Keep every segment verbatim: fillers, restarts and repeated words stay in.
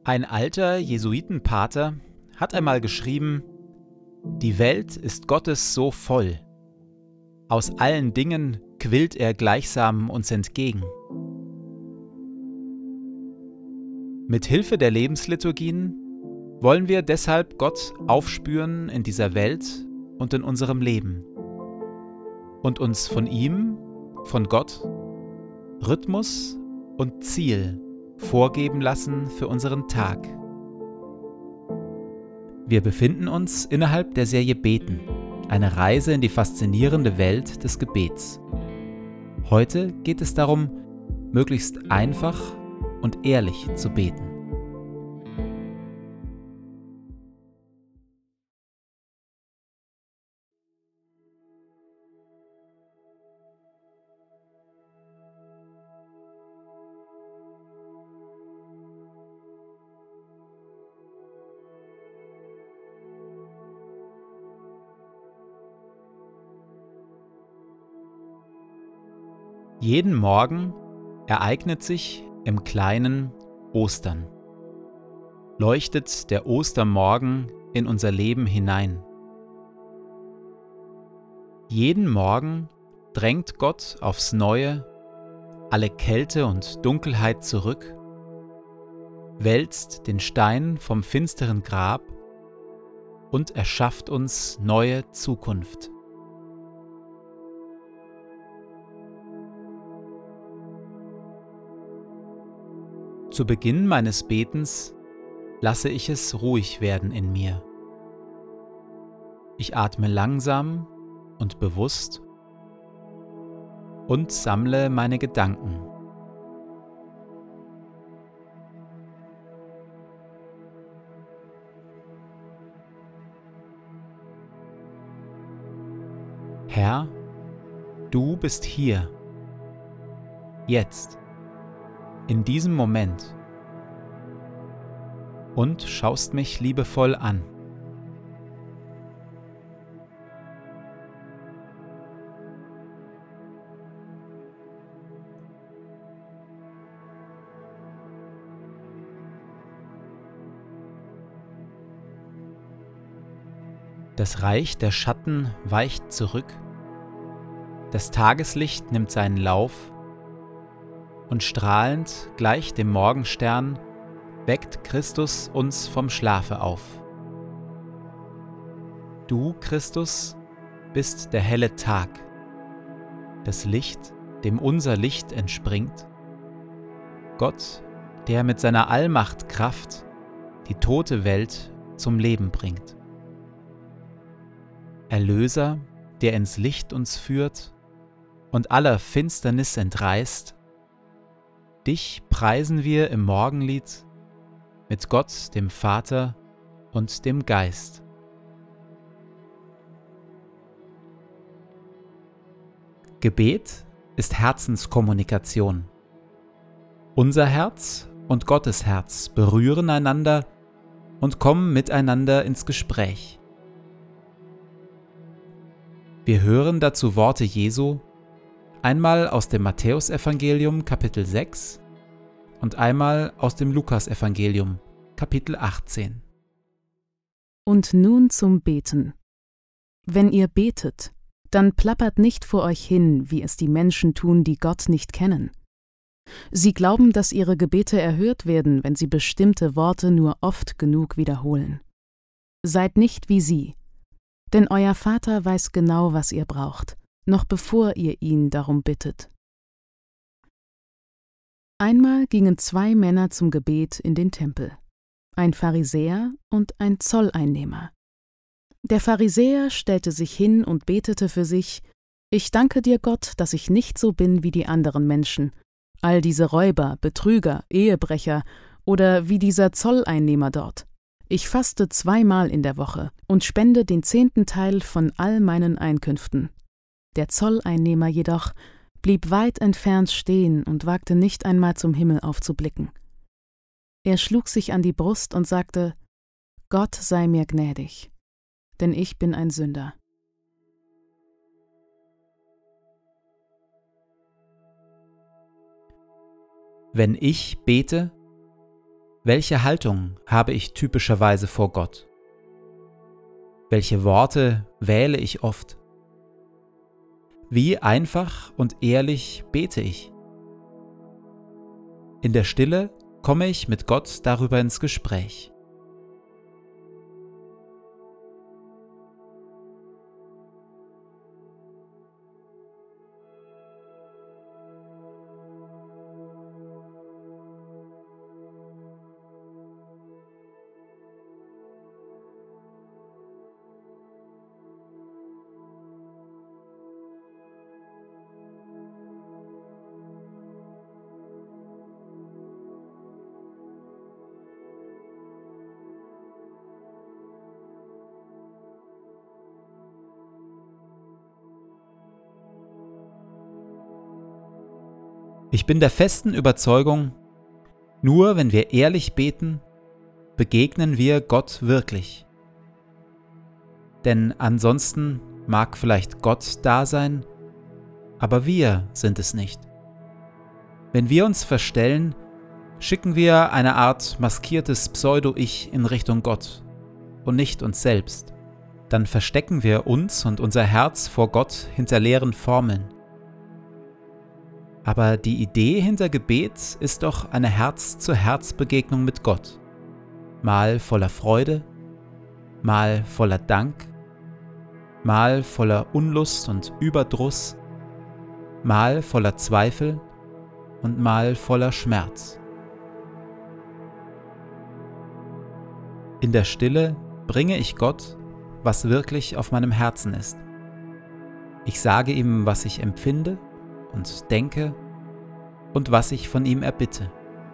Ein alter Jesuitenpater hat einmal geschrieben: Die Welt ist Gottes so voll. Aus allen Dingen quillt er gleichsam uns entgegen. Mit Hilfe der Lebensliturgien wollen wir deshalb Gott aufspüren in dieser Welt und in unserem Leben und uns von ihm, von Gott, Rhythmus und Ziel vorgeben lassen für unseren Tag. Wir befinden uns innerhalb der Serie Beten, eine Reise in die faszinierende Welt des Gebets. Heute geht es darum, möglichst einfach und ehrlich zu beten. Jeden Morgen ereignet sich im Kleinen Ostern. Leuchtet der Ostermorgen in unser Leben hinein. Jeden Morgen drängt Gott aufs Neue alle Kälte und Dunkelheit zurück, wälzt den Stein vom finsteren Grab und erschafft uns neue Zukunft. Zu Beginn meines Betens lasse ich es ruhig werden in mir. Ich atme langsam und bewusst und sammle meine Gedanken. Herr, du bist hier, jetzt, in diesem Moment, und schaust mich liebevoll an. Das Reich der Schatten weicht zurück, das Tageslicht nimmt seinen Lauf, und strahlend gleich dem Morgenstern weckt Christus uns vom Schlafe auf. Du, Christus, bist der helle Tag, das Licht, dem unser Licht entspringt, Gott, der mit seiner Allmacht Kraft die tote Welt zum Leben bringt. Erlöser, der ins Licht uns führt und aller Finsternis entreißt, dich preisen wir im Morgenlied mit Gott, dem Vater und dem Geist. Gebet ist Herzenskommunikation. Unser Herz und Gottes Herz berühren einander und kommen miteinander ins Gespräch. Wir hören dazu Worte Jesu, einmal aus dem Matthäusevangelium Kapitel sechs und einmal aus dem Lukasevangelium Kapitel achtzehn. Und nun zum Beten. Wenn ihr betet, dann plappert nicht vor euch hin, wie es die Menschen tun, die Gott nicht kennen. Sie glauben, dass ihre Gebete erhört werden, wenn sie bestimmte Worte nur oft genug wiederholen. Seid nicht wie sie, denn euer Vater weiß genau, was ihr braucht, noch bevor ihr ihn darum bittet. Einmal gingen zwei Männer zum Gebet in den Tempel, ein Pharisäer und ein Zolleinnehmer. Der Pharisäer stellte sich hin und betete für sich: Ich danke dir, Gott, dass ich nicht so bin wie die anderen Menschen, all diese Räuber, Betrüger, Ehebrecher oder wie dieser Zolleinnehmer dort. Ich faste zweimal in der Woche und spende den zehnten Teil von all meinen Einkünften. Der Zolleinnehmer jedoch blieb weit entfernt stehen und wagte nicht einmal zum Himmel aufzublicken. Er schlug sich an die Brust und sagte: Gott sei mir gnädig, denn ich bin ein Sünder. Wenn ich bete, Welche Haltung habe ich typischerweise vor Gott? Welche Worte wähle ich oft? Wie einfach und ehrlich bete ich? In der Stille komme ich mit Gott darüber ins Gespräch. Ich bin der festen Überzeugung, nur wenn wir ehrlich beten, begegnen wir Gott wirklich. Denn ansonsten mag vielleicht Gott da sein, aber wir sind es nicht. Wenn wir uns verstellen, schicken wir eine Art maskiertes Pseudo-Ich in Richtung Gott und nicht uns selbst. Dann verstecken wir uns und unser Herz vor Gott hinter leeren Formeln. Aber die Idee hinter Gebet ist doch eine Herz-zu-Herz-Begegnung mit Gott. Mal voller Freude, mal voller Dank, mal voller Unlust und Überdruss, mal voller Zweifel und mal voller Schmerz. In der Stille bringe ich Gott, was wirklich auf meinem Herzen ist. Ich sage ihm, was ich empfinde und denke und was ich von ihm erbitte.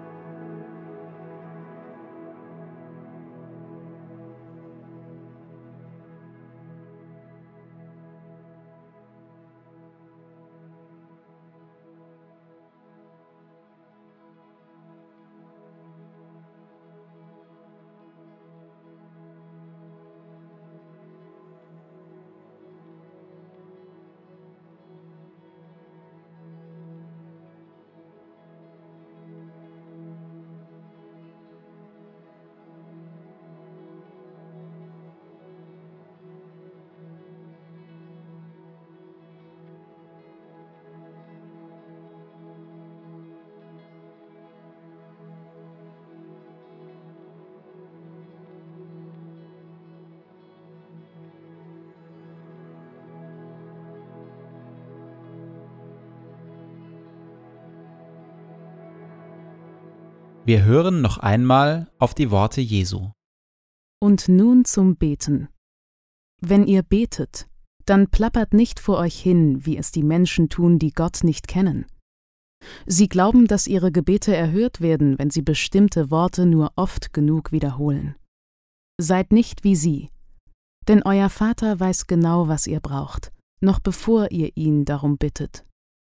Wir hören noch einmal auf die Worte Jesu. Und nun zum Beten. Wenn ihr betet, dann plappert nicht vor euch hin, wie es die Menschen tun, die Gott nicht kennen. Sie glauben, dass ihre Gebete erhört werden, wenn sie bestimmte Worte nur oft genug wiederholen. Seid nicht wie sie, denn euer Vater weiß genau, was ihr braucht, noch bevor ihr ihn darum bittet.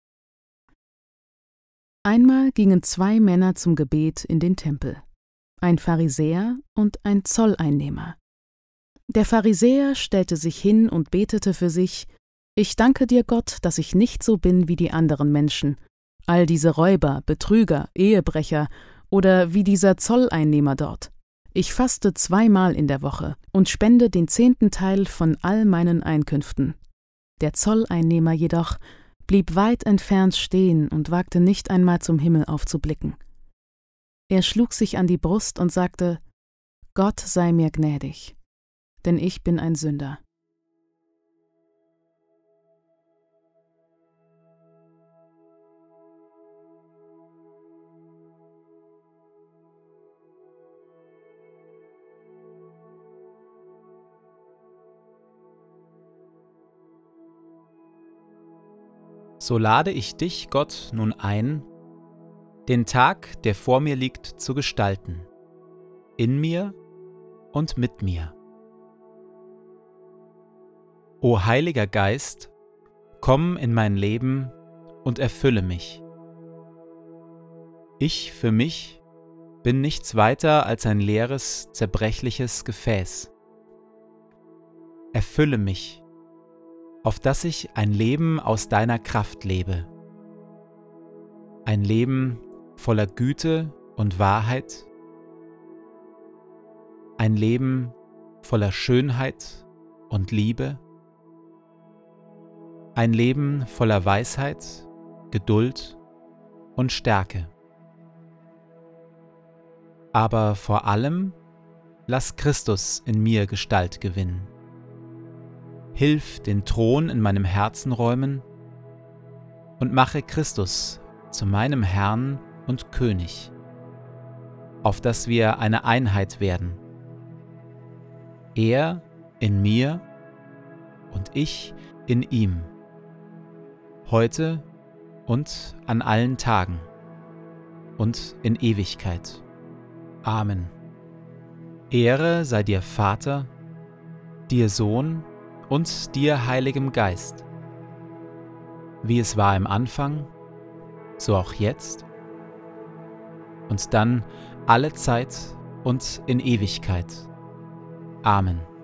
Einmal gingen zwei Männer zum Gebet in den Tempel, ein Pharisäer und ein Zolleinnehmer. Der Pharisäer stellte sich hin und betete für sich: Ich danke dir, Gott, dass ich nicht so bin wie die anderen Menschen, all diese Räuber, Betrüger, Ehebrecher oder wie dieser Zolleinnehmer dort. Ich faste zweimal in der Woche und spende den zehnten Teil von all meinen Einkünften. Der Zolleinnehmer jedoch blieb weit entfernt stehen und wagte nicht einmal zum Himmel aufzublicken. Er schlug sich an die Brust und sagte: Gott sei mir gnädig, denn ich bin ein Sünder. So lade ich dich, Gott, nun ein, den Tag, der vor mir liegt, zu gestalten, in mir und mit mir. O Heiliger Geist, komm in mein Leben und erfülle mich. Ich für mich bin nichts weiter als ein leeres, zerbrechliches Gefäß. Erfülle mich, auf dass ich ein Leben aus deiner Kraft lebe. Ein Leben voller Güte und Wahrheit, ein Leben voller Schönheit und Liebe, ein Leben voller Weisheit, Geduld und Stärke. Aber vor allem lass Christus in mir Gestalt gewinnen. Hilf den Thron in meinem Herzen räumen und mache Christus zu meinem Herrn und König, auf dass wir eine Einheit werden. Er in mir und ich in ihm, heute und an allen Tagen und in Ewigkeit. Amen. Ehre sei dir Vater, dir Sohn und dir Heiligem Geist, wie es war im Anfang, so auch jetzt und dann alle Zeit und in Ewigkeit. Amen.